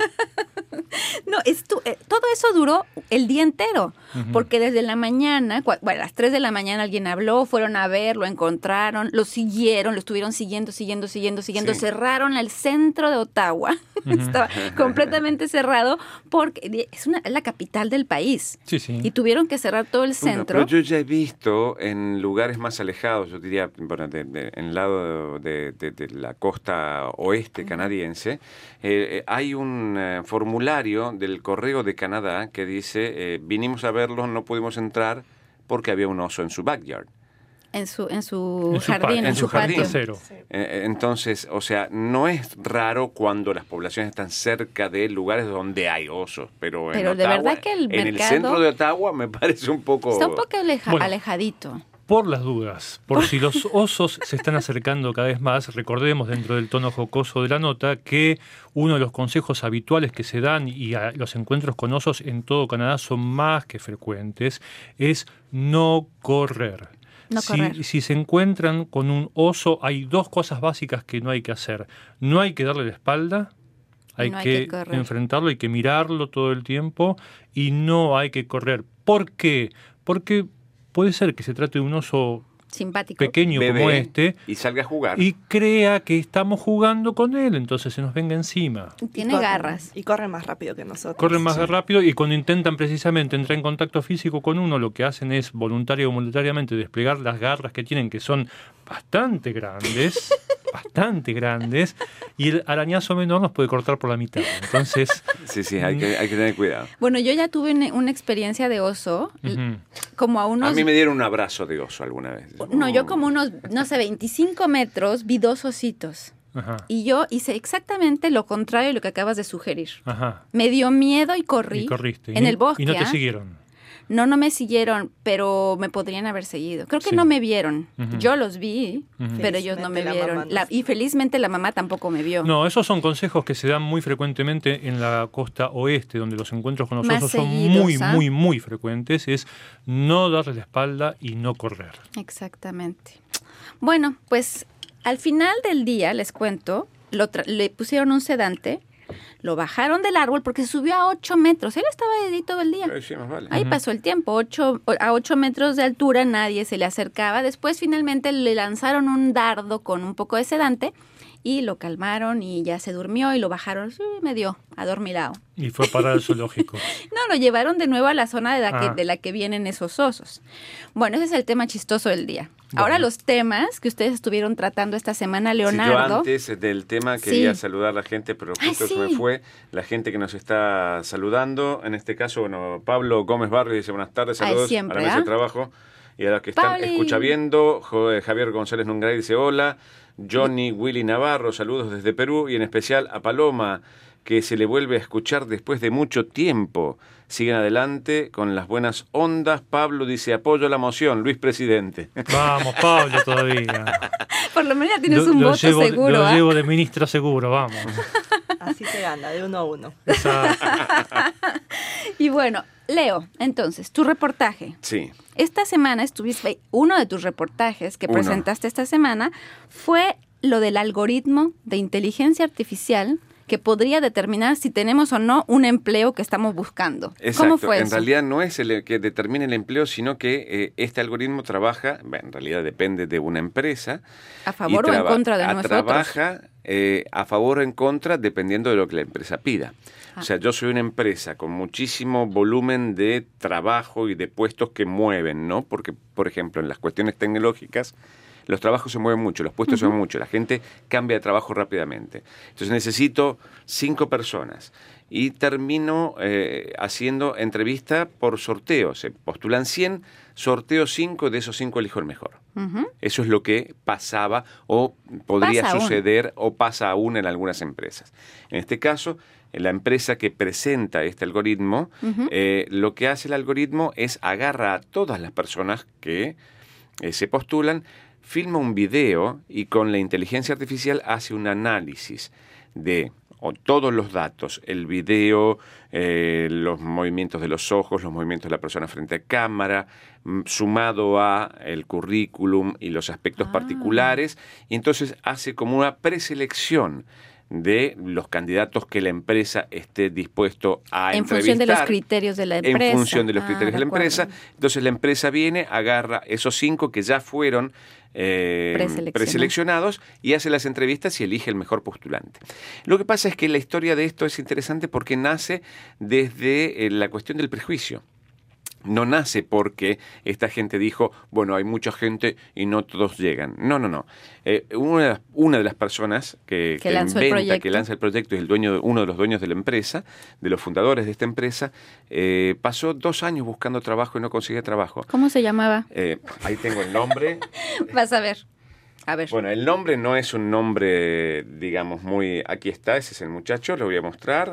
No, estu- eh, todo eso duró el día entero, porque desde la mañana, cua- bueno, a las tres de la mañana alguien habló, fueron a ver, lo encontraron, lo siguieron, lo estuvieron siguiendo, siguiendo, siguiendo, siguiendo, Sí. cerraron el centro de Ottawa, estaba completamente cerrado porque es, una, es la capital del país Sí, sí. y tuvieron que cerrar todo el Bueno, centro. pero yo ya he visto en lugares más alejados, yo diría, bueno, de- de- en el lado de, de- de la costa oeste canadiense, eh, eh, hay un eh, formulario del Correo de Canadá que dice, eh, vinimos a verlos, no pudimos entrar porque había un oso en su backyard. En su, en su En su jardín, pa- en, en su, su jardín. patio. Trasero. Sí. Eh, entonces, o sea, no es raro cuando las poblaciones están cerca de lugares donde hay osos, pero, Pero en de Ottawa, verdad que el en el mercado- centro de Ottawa me parece un poco... Está un poco aleja- Bueno. alejadito. Por las dudas, por si los osos se están acercando cada vez más, recordemos dentro del tono jocoso de la nota que uno de los consejos habituales que se dan y a los encuentros con osos en todo Canadá son más que frecuentes, es no correr. No si, correr. si se encuentran con un oso, hay dos cosas básicas que no hay que hacer. No hay que darle la espalda, hay, No hay que, que correr. enfrentarlo, hay que mirarlo todo el tiempo y no hay que correr. ¿Por qué? Porque puede ser que se trate de un oso Simpático. pequeño bebé como este y salga a jugar. y crea que estamos jugando con él, entonces se nos venga encima. Tiene Y corren- garras. Y corren más rápido que nosotros. Corren más Sí. rápido y cuando intentan precisamente entrar en contacto físico con uno, lo que hacen es voluntario o voluntariamente desplegar las garras que tienen, que son bastante grandes, bastante grandes, y el arañazo menor nos puede cortar por la mitad. Entonces, Sí, sí, hay que, hay que tener cuidado. Bueno, yo ya tuve una, una experiencia de oso, ujú. como a unos... A mí me dieron un abrazo de oso alguna vez. No, yo como unos, no sé, veinticinco metros vi dos ositos. Ajá, Y yo hice exactamente lo contrario de lo que acabas de sugerir. ajá. Me dio miedo y corrí. Y corriste. En y, el bosque. Y no te ¿ah? siguieron. no, no me siguieron, pero me podrían haber seguido. Creo que Sí. no me vieron. Ujú. Yo los vi, Ujú. pero ellos no me Felizmente la vieron. mamá no. La- y felizmente la mamá tampoco me vio. No, esos son consejos que se dan muy frecuentemente en la costa oeste, donde los encuentros con los Más osos son seguidos, muy, ¿ah? muy, muy frecuentes. Es no darle la espalda y no correr. Exactamente. Bueno, pues al final del día, les cuento, lo tra- le pusieron un sedante, lo bajaron del árbol porque subió a ocho metros. Él estaba ahí todo el día. Eh, sí, más vale. Ahí pasó el tiempo, ocho, a ocho metros de altura, nadie se le acercaba. Después finalmente le lanzaron un dardo con un poco de sedante y lo calmaron y ya se durmió y lo bajaron sí, medio adormilado. Y fue para el zoológico. No, lo llevaron de nuevo a la zona de la, Ah. que, de la que vienen esos osos. Bueno, ese es el tema chistoso del día. Bueno. Ahora los temas que ustedes estuvieron tratando esta semana, Sí, yo Leonardo. antes del tema quería Sí. saludar a la gente, pero Ay, justo se me sí. fue. La gente que nos está saludando, en este caso, bueno, Pablo Gómez Barrio dice buenas tardes, Ay, saludos siempre, a la mesa ¿ah? de trabajo. Y a los que están Pauli. escucha viendo, Jo- Javier González Nungray dice hola. Johnny Willy Navarro, saludos desde Perú. Y en especial a Paloma, que se le vuelve a escuchar después de mucho tiempo. Siguen adelante con las buenas ondas. Pablo dice apoyo a la moción, Luis Presidente. Vamos, Pablo, todavía. Por lo menos ya tienes Lo- un lo voto llevo, seguro. Lo ¿ah? llevo de ministra seguro, vamos. Así se gana, de uno a uno. Exacto. Y bueno, Leo, entonces, tu reportaje. Sí. Esta semana estuviste, uno de tus reportajes que Uno. presentaste esta semana fue lo del algoritmo de inteligencia artificial que podría determinar si tenemos o no un empleo que estamos buscando. Exacto. ¿Cómo fue en eso? realidad no es el que determine el empleo, sino que eh, este algoritmo trabaja, bueno, en realidad depende de una empresa. ¿A favor y o en traba- contra de a- nosotros? Trabaja eh, a favor o en contra dependiendo de lo que la empresa pida. Ah. O sea, yo soy una empresa con muchísimo volumen de trabajo y de puestos que mueven, ¿no? Porque, por ejemplo, en las cuestiones tecnológicas, los trabajos se mueven mucho, los puestos se mueven mucho, la gente cambia de trabajo rápidamente. Entonces necesito cinco personas y termino eh, haciendo entrevista por sorteo. Se postulan cien, sorteo cinco, de esos cinco elijo el mejor. Ujú. Eso es lo que pasaba o podría Pasa aún. suceder o pasa aún en algunas empresas. En este caso, la empresa que presenta este algoritmo, Ujú. eh, lo que hace el algoritmo es agarra a todas las personas que eh, se postulan, filma un video y con la inteligencia artificial hace un análisis de o todos los datos, el video, eh, los movimientos de los ojos, los movimientos de la persona frente a cámara, mm, sumado a el currículum y los aspectos Ah. particulares, y entonces hace como una preselección de los candidatos que la empresa esté dispuesto a En entrevistar. función de los criterios de la empresa. En función de los Ah, criterios de la acuerdo. empresa. Entonces la empresa viene, agarra esos cinco que ya fueron eh, Preseleccionados. preseleccionados y hace las entrevistas y elige el mejor postulante. Lo que pasa es que la historia de esto es interesante porque nace desde eh, la cuestión del prejuicio. No nace porque esta gente dijo, bueno, hay mucha gente y no todos llegan. No, no, no. Eh, una, de las, una de las personas que, Que lanzó el inventa, proyecto. que lanza el proyecto, es el dueño, de- uno de los dueños de la empresa, de los fundadores de esta empresa, eh, pasó dos años buscando trabajo y no conseguía trabajo. ¿Cómo se llamaba? Eh, ahí tengo el nombre. Vas a ver. A ver. Bueno, el nombre no es un nombre, digamos, muy... Aquí está, ese es el muchacho, lo voy a mostrar.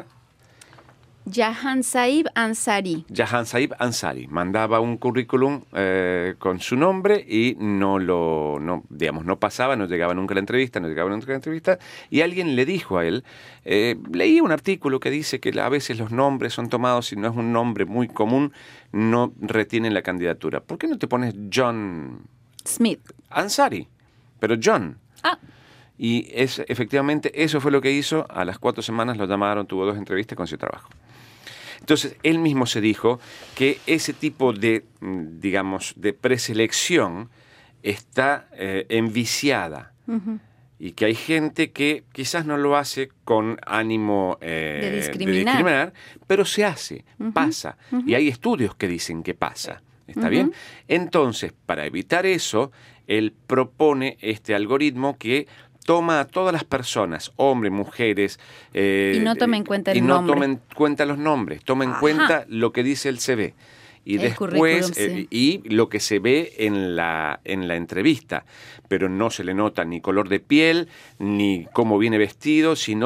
Jahan Saib Ansari. Jahan Saib Ansari mandaba un currículum eh, con su nombre y no lo, no, digamos, no pasaba, no llegaba nunca a la entrevista, no llegaba nunca a la entrevista, y alguien le dijo a él, eh, leí un artículo que dice que a veces los nombres son tomados, si no es un nombre muy común, no retienen la candidatura. ¿Por qué no te pones John Smith. Ansari? Pero John. Ah, Y es, efectivamente eso fue lo que hizo. A las cuatro semanas lo llamaron, tuvo dos entrevistas con su trabajo. Entonces, él mismo se dijo que ese tipo de, mm, digamos, de preselección está eh, enviciada. ujú. Y que hay gente que quizás no lo hace con ánimo eh, De discriminar. discriminar, pero se hace, Ujú, pasa. ujú. Y hay estudios que dicen que pasa. ¿Está Ujú. bien? Entonces, para evitar eso, él propone este algoritmo que toma a todas las personas, hombres, mujeres... eh, Y no toma en cuenta el y no nombre. toma en cuenta los nombres, toma en Ajá. cuenta lo que dice el C V. Y El después, currículum, eh, sí. y lo que se ve en la, en la entrevista. Pero no se le nota ni color de piel, ni cómo viene vestido, sino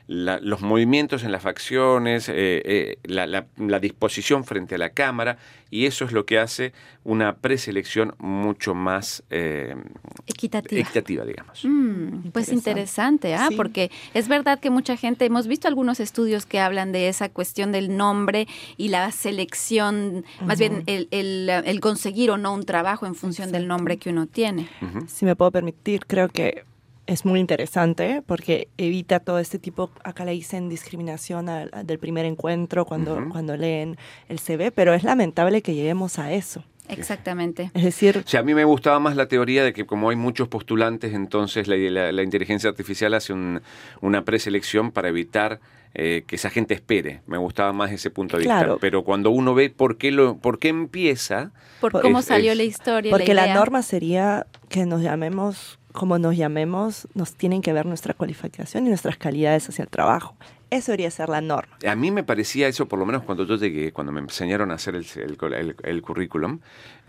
la, los movimientos en las facciones, eh, eh, la, la, la disposición frente a la cámara, y eso es lo que hace una preselección mucho más eh, equitativa. equitativa, digamos. Mm, pues interesante, ¿ah? Sí. Porque es verdad que mucha gente, hemos visto algunos estudios que hablan de esa cuestión del nombre y la selección, uh-huh. más bien el, el, el conseguir o no un trabajo en función Exacto. del nombre que uno tiene. Uh-huh. Si me puedo permitir, creo que es muy interesante porque evita todo este tipo, acá le dicen discriminación al, al del primer encuentro cuando, uh-huh. cuando leen el C V, pero es lamentable que lleguemos a eso. Exactamente. Es decir... O sea, a mí me gustaba más la teoría de que como hay muchos postulantes, entonces la, la, la inteligencia artificial hace un, una preselección para evitar eh, que esa gente espere. Me gustaba más ese punto de claro. vista. Pero cuando uno ve por qué, lo, por qué empieza... Por cómo es, salió es, la historia. Porque la, la idea. norma sería que nos llamemos... como nos llamemos, nos tienen que ver nuestra cualificación y nuestras calidades hacia el trabajo. Eso debería ser la norma. A mí me parecía eso, por lo menos cuando yo llegué, cuando me enseñaron a hacer el, el, el, el currículum.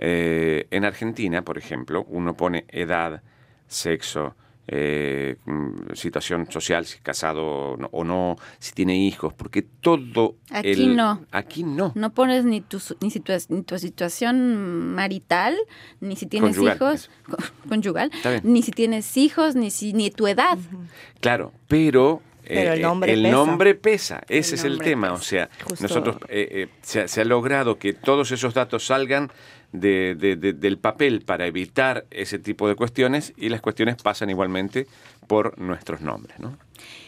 Eh, en Argentina, por ejemplo, uno pone edad, sexo, eh, situación social, si es casado o no, si tiene hijos, porque todo... Aquí el, no. Aquí no. No pones ni tu, ni, situa- ni tu situación marital, ni si tienes Conyugal. hijos, conyugal, ni si tienes hijos, ni, si, ni tu edad. Uh-huh. Claro, pero... Pero el nombre el pesa. nombre pesa, ese El es el nombre tema. pesa. O sea, Justo. nosotros eh, eh, se, se ha logrado que todos esos datos salgan de, de, de, del papel para evitar ese tipo de cuestiones, y las cuestiones pasan igualmente por nuestros nombres, ¿no?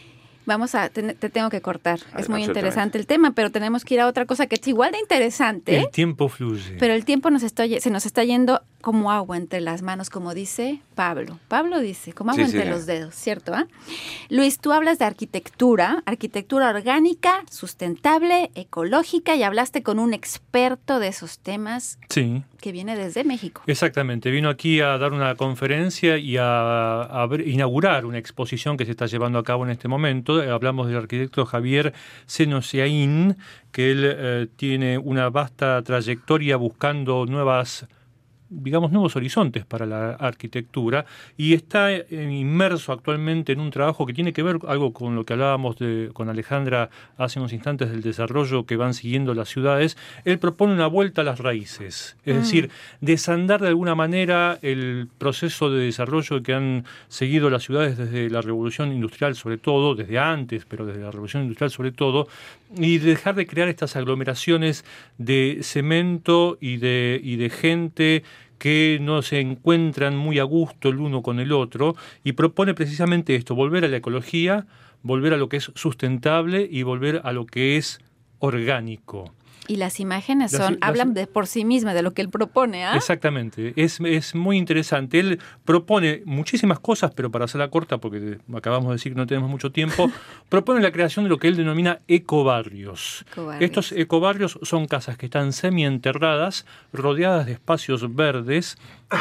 Vamos a, te, te tengo que cortar. Ah, es muy absolutamente. interesante el tema, pero tenemos que ir a otra cosa que es igual de interesante. El tiempo fluye. Pero el tiempo nos está, se nos está yendo como agua entre las manos, como dice Pablo. Pablo dice, como agua Sí, sí, entre sí. los dedos, ¿cierto? ¿Ah? Luis, tú hablas de arquitectura, arquitectura orgánica, sustentable, ecológica, y hablaste con un experto de esos temas Sí. que viene desde México. Exactamente, vino aquí a dar una conferencia y a, a ver, inaugurar una exposición que se está llevando a cabo en este momento. Hablamos del arquitecto Javier Senosiaín, que él eh, tiene una vasta trayectoria buscando nuevas, digamos, nuevos horizontes para la arquitectura, y está eh, inmerso actualmente en un trabajo que tiene que ver algo con lo que hablábamos de, con Alejandra hace unos instantes, del desarrollo que van siguiendo las ciudades. Él propone una vuelta a las raíces, es mm. decir, desandar de alguna manera el proceso de desarrollo que han seguido las ciudades desde la Revolución Industrial, sobre todo, desde antes, pero desde la Revolución Industrial sobre todo, y dejar de crear estas aglomeraciones de cemento y de, y de gente que no se encuentran muy a gusto el uno con el otro, y propone precisamente esto: volver a la ecología, volver a lo que es sustentable y volver a lo que es orgánico. Y las imágenes son, Las- las- hablan de por sí mismas, de lo que él propone, ¿ah? Exactamente, es, es muy interesante. Él propone muchísimas cosas, pero para hacerla corta, porque acabamos de decir que no tenemos mucho tiempo, propone la creación de lo que él denomina ecobarrios. Ecobarrios. Estos ecobarrios son casas que están semienterradas, rodeadas de espacios verdes.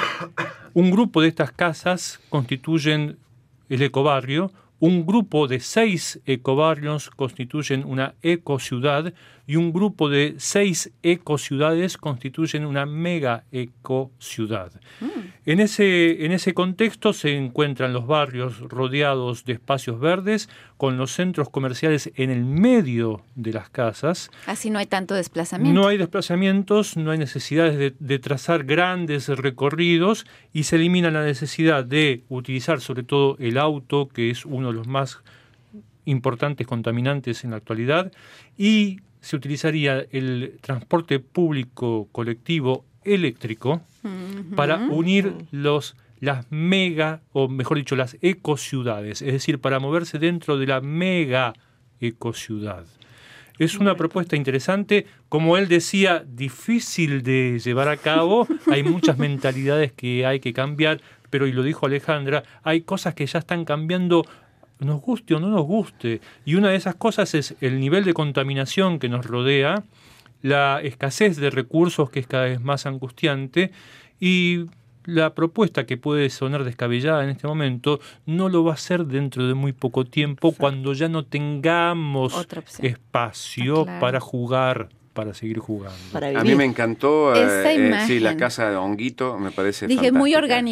Un grupo de estas casas constituyen el ecobarrio. Un grupo de seis ecobarrios constituyen una ecociudad, y un grupo de seis ecociudades constituyen una mega ecociudad. Mm. En ese, en ese contexto se encuentran los barrios rodeados de espacios verdes, con los centros comerciales en el medio de las casas. Así no hay tanto desplazamiento. No hay desplazamientos, no hay necesidades de, de trazar grandes recorridos, y se elimina la necesidad de utilizar sobre todo el auto, que es uno de los más importantes contaminantes en la actualidad, y se utilizaría el transporte público colectivo eléctrico uh-huh. para unir los las mega, o mejor dicho, las ecociudades, es decir, para moverse dentro de la mega ecociudad. Es una propuesta interesante, como él decía, difícil de llevar a cabo. Hay muchas mentalidades que hay que cambiar, pero, y lo dijo Alejandra, hay cosas que ya están cambiando, nos guste o no nos guste. Y una de esas cosas es el nivel de contaminación que nos rodea, la escasez de recursos, que es cada vez más angustiante, y la propuesta, que puede sonar descabellada en este momento, no lo va a ser dentro de muy poco tiempo. Exacto. Cuando ya no tengamos espacio ah, claro. para jugar, para seguir jugando. Para a mí me encantó eh, eh, sí, la casa de Honguito, me parece Dije fantástica. Muy orgánica,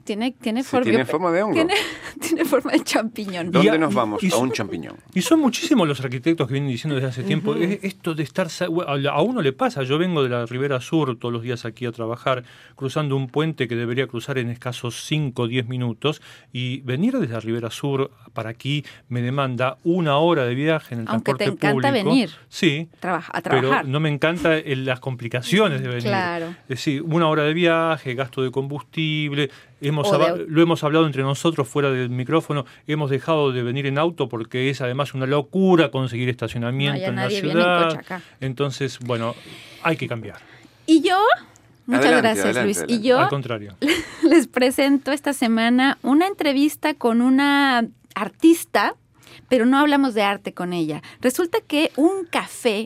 Tiene, tiene, Sí, forma, tiene forma de hongo. Tiene, tiene forma de champiñón. ¿Dónde Y a- nos vamos? y A son- un champiñón. Y son muchísimos los arquitectos que vienen diciendo desde hace tiempo, Ujú. es esto de estar, sa- a uno le pasa, yo vengo de la Ribera Sur todos los días aquí a trabajar, cruzando un puente que debería cruzar en escasos cinco o diez minutos, y venir desde la Ribera Sur para aquí me demanda una hora de viaje en el Aunque te transporte encanta público. venir. Sí, Trabaja, a pero trabajar. no me encanta el- las complicaciones de venir. Claro. Es decir, una hora de viaje, gasto de combustible. Hemos O de hab- au- Lo hemos hablado entre nosotros fuera del micrófono. Hemos dejado de venir en auto porque es además una locura conseguir estacionamiento No, ya en la nadie viene en ciudad. coche acá. Entonces, bueno, hay que cambiar. Y yo, muchas Adelante, gracias adelante, Luis. adelante. Y yo Al contrario. les presento esta semana una entrevista con una artista, pero no hablamos de arte con ella. Resulta que un café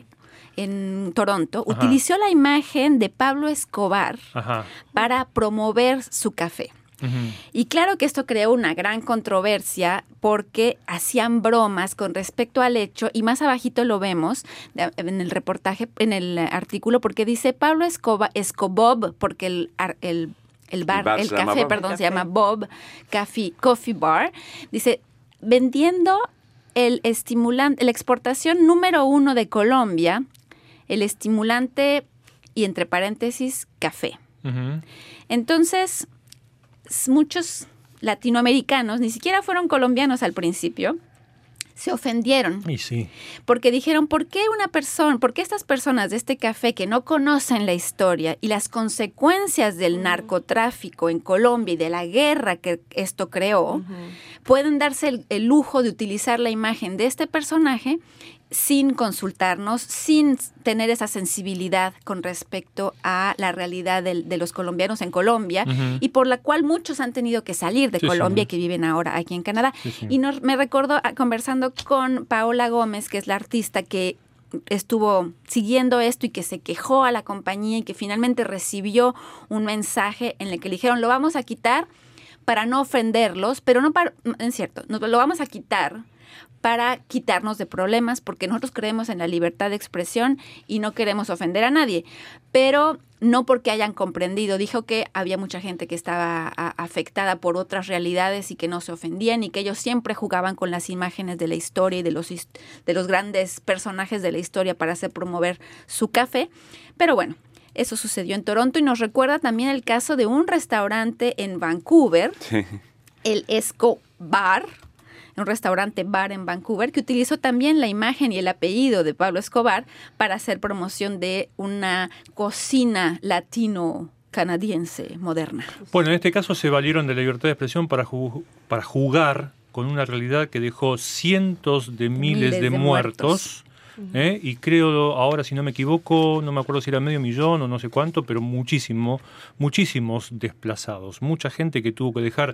en Toronto Ajá. utilizó la imagen de Pablo Escobar Ajá. para promover su café. Ujú. Y claro que esto creó una gran controversia porque hacían bromas con respecto al hecho, y más abajito lo vemos de- en el reportaje, en el artículo, porque dice Pablo Escobar, Escobob, porque el, ar- el, el bar, El bar el se llama café, Bob. perdón, El se café. llama Bob Coffee, Coffee Bar, dice, vendiendo el estimulante, la exportación número uno de Colombia, el estimulante, y entre paréntesis, café. Ujú. Entonces, s- muchos latinoamericanos, ni siquiera fueron colombianos al principio, se ofendieron Y sí. porque dijeron, ¿por qué una persona, por qué estas personas de este café que no conocen la historia y las consecuencias del narcotráfico en Colombia y de la guerra que esto creó, pueden darse el, el lujo de utilizar la imagen de este personaje sin consultarnos, sin tener esa sensibilidad con respecto a la realidad del- de los colombianos en Colombia, Ujú. y por la cual muchos han tenido que salir de Sí, Colombia sí. y que viven ahora aquí en Canadá? Sí, sí. Y nos, me recordó ah, conversando con Paola Gómez, que es la artista que estuvo siguiendo esto y que se quejó a la compañía y que finalmente recibió un mensaje en el que le dijeron, lo vamos a quitar para no ofenderlos, pero no para, es cierto, nos lo vamos a quitar para quitarnos de problemas, porque nosotros creemos en la libertad de expresión y no queremos ofender a nadie, pero no porque hayan comprendido. Dijo que había mucha gente que estaba a, afectada por otras realidades y que no se ofendían, y que ellos siempre jugaban con las imágenes de la historia y de los, his- de los grandes personajes de la historia para hacer promover su café. Pero bueno, eso sucedió en Toronto, y nos recuerda también el caso de un restaurante en Vancouver, Sí. el Esco Bar, un restaurante bar en Vancouver, que utilizó también la imagen y el apellido de Pablo Escobar para hacer promoción de una cocina latino-canadiense moderna. Bueno, en este caso se valieron de la libertad de expresión para, ju- para jugar con una realidad que dejó cientos de miles, Miles de, de muertos. ¿eh? Y creo, ahora si no me equivoco, no me acuerdo si era medio millón o no sé cuánto, pero muchísimo, muchísimos desplazados. Mucha gente que tuvo que dejar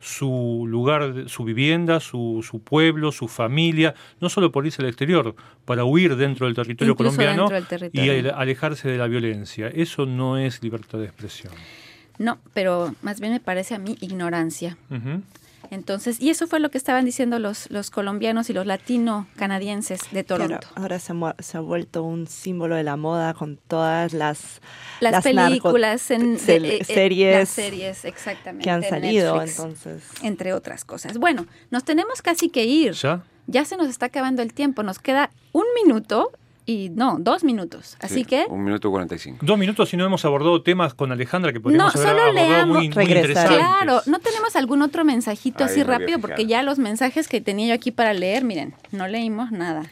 su lugar, su vivienda, su, su pueblo, su familia, no solo por irse al exterior, para huir dentro del territorio Incluso colombiano dentro del territorio. y ale- alejarse de la violencia. Eso no es libertad de expresión. No, pero más bien me parece a mí ignorancia. Ujú. Entonces, y eso fue lo que estaban diciendo los, los colombianos y los latino-canadienses de Toronto. Claro, ahora se, mu- se ha vuelto un símbolo de la moda con todas las, Las, películas, narco- en, sel- eh, eh, series, las series, exactamente, que han de salido, Netflix, entonces. entre otras cosas. Bueno, nos tenemos casi que ir. ¿Ya? Ya se nos está acabando el tiempo. Nos queda un minuto y no, dos minutos. Así Sí, que Un minuto cuarenta y cinco. Dos minutos y no hemos abordado temas con Alejandra que podríamos No, haber solo abordado leamos- muy, muy Regresar. interesantes. claro, ¿no tenemos algún otro mensajito Ahí así me voy a rápido? fijar. Porque ya los mensajes que tenía yo aquí para leer, miren, no leímos nada.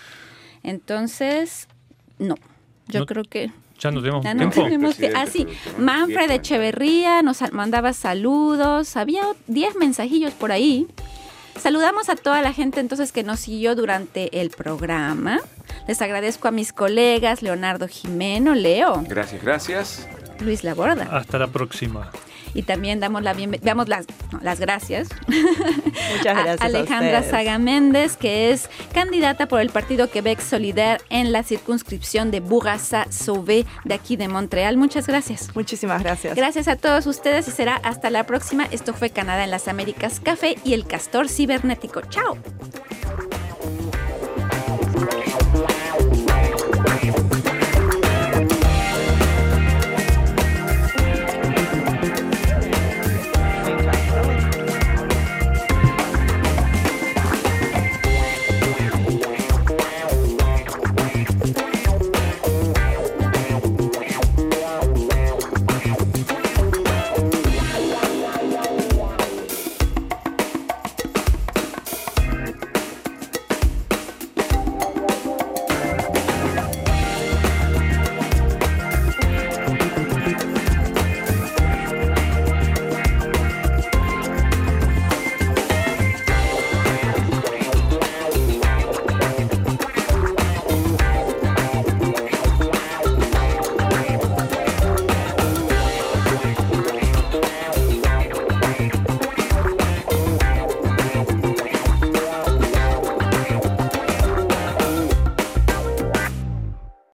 Entonces, no. Yo No- creo que ¿Ya no tenemos ya no tiempo? tenemos que... Presidente, Ah, sí, pero tenemos Manfred diez Echeverría nos mandaba saludos. Había diez mensajillos por ahí. Saludamos a toda la gente entonces que nos siguió durante el programa. Les agradezco a mis colegas Leonardo Jimeno, Leo, Gracias, gracias. Luis Laborda. Hasta la próxima. Y también damos, la bienve- damos las, no, las gracias Muchas a gracias a Alejandra ustedes. Saga Méndez, que es candidata por el partido Quebec Solidaire en la circunscripción de Bourassa-Sauvé de aquí de Montreal. Muchas gracias. Muchísimas gracias. Gracias a todos ustedes y será hasta la próxima. Esto fue Canadá en las Américas Café y el Castor Cibernético. ¡Chao!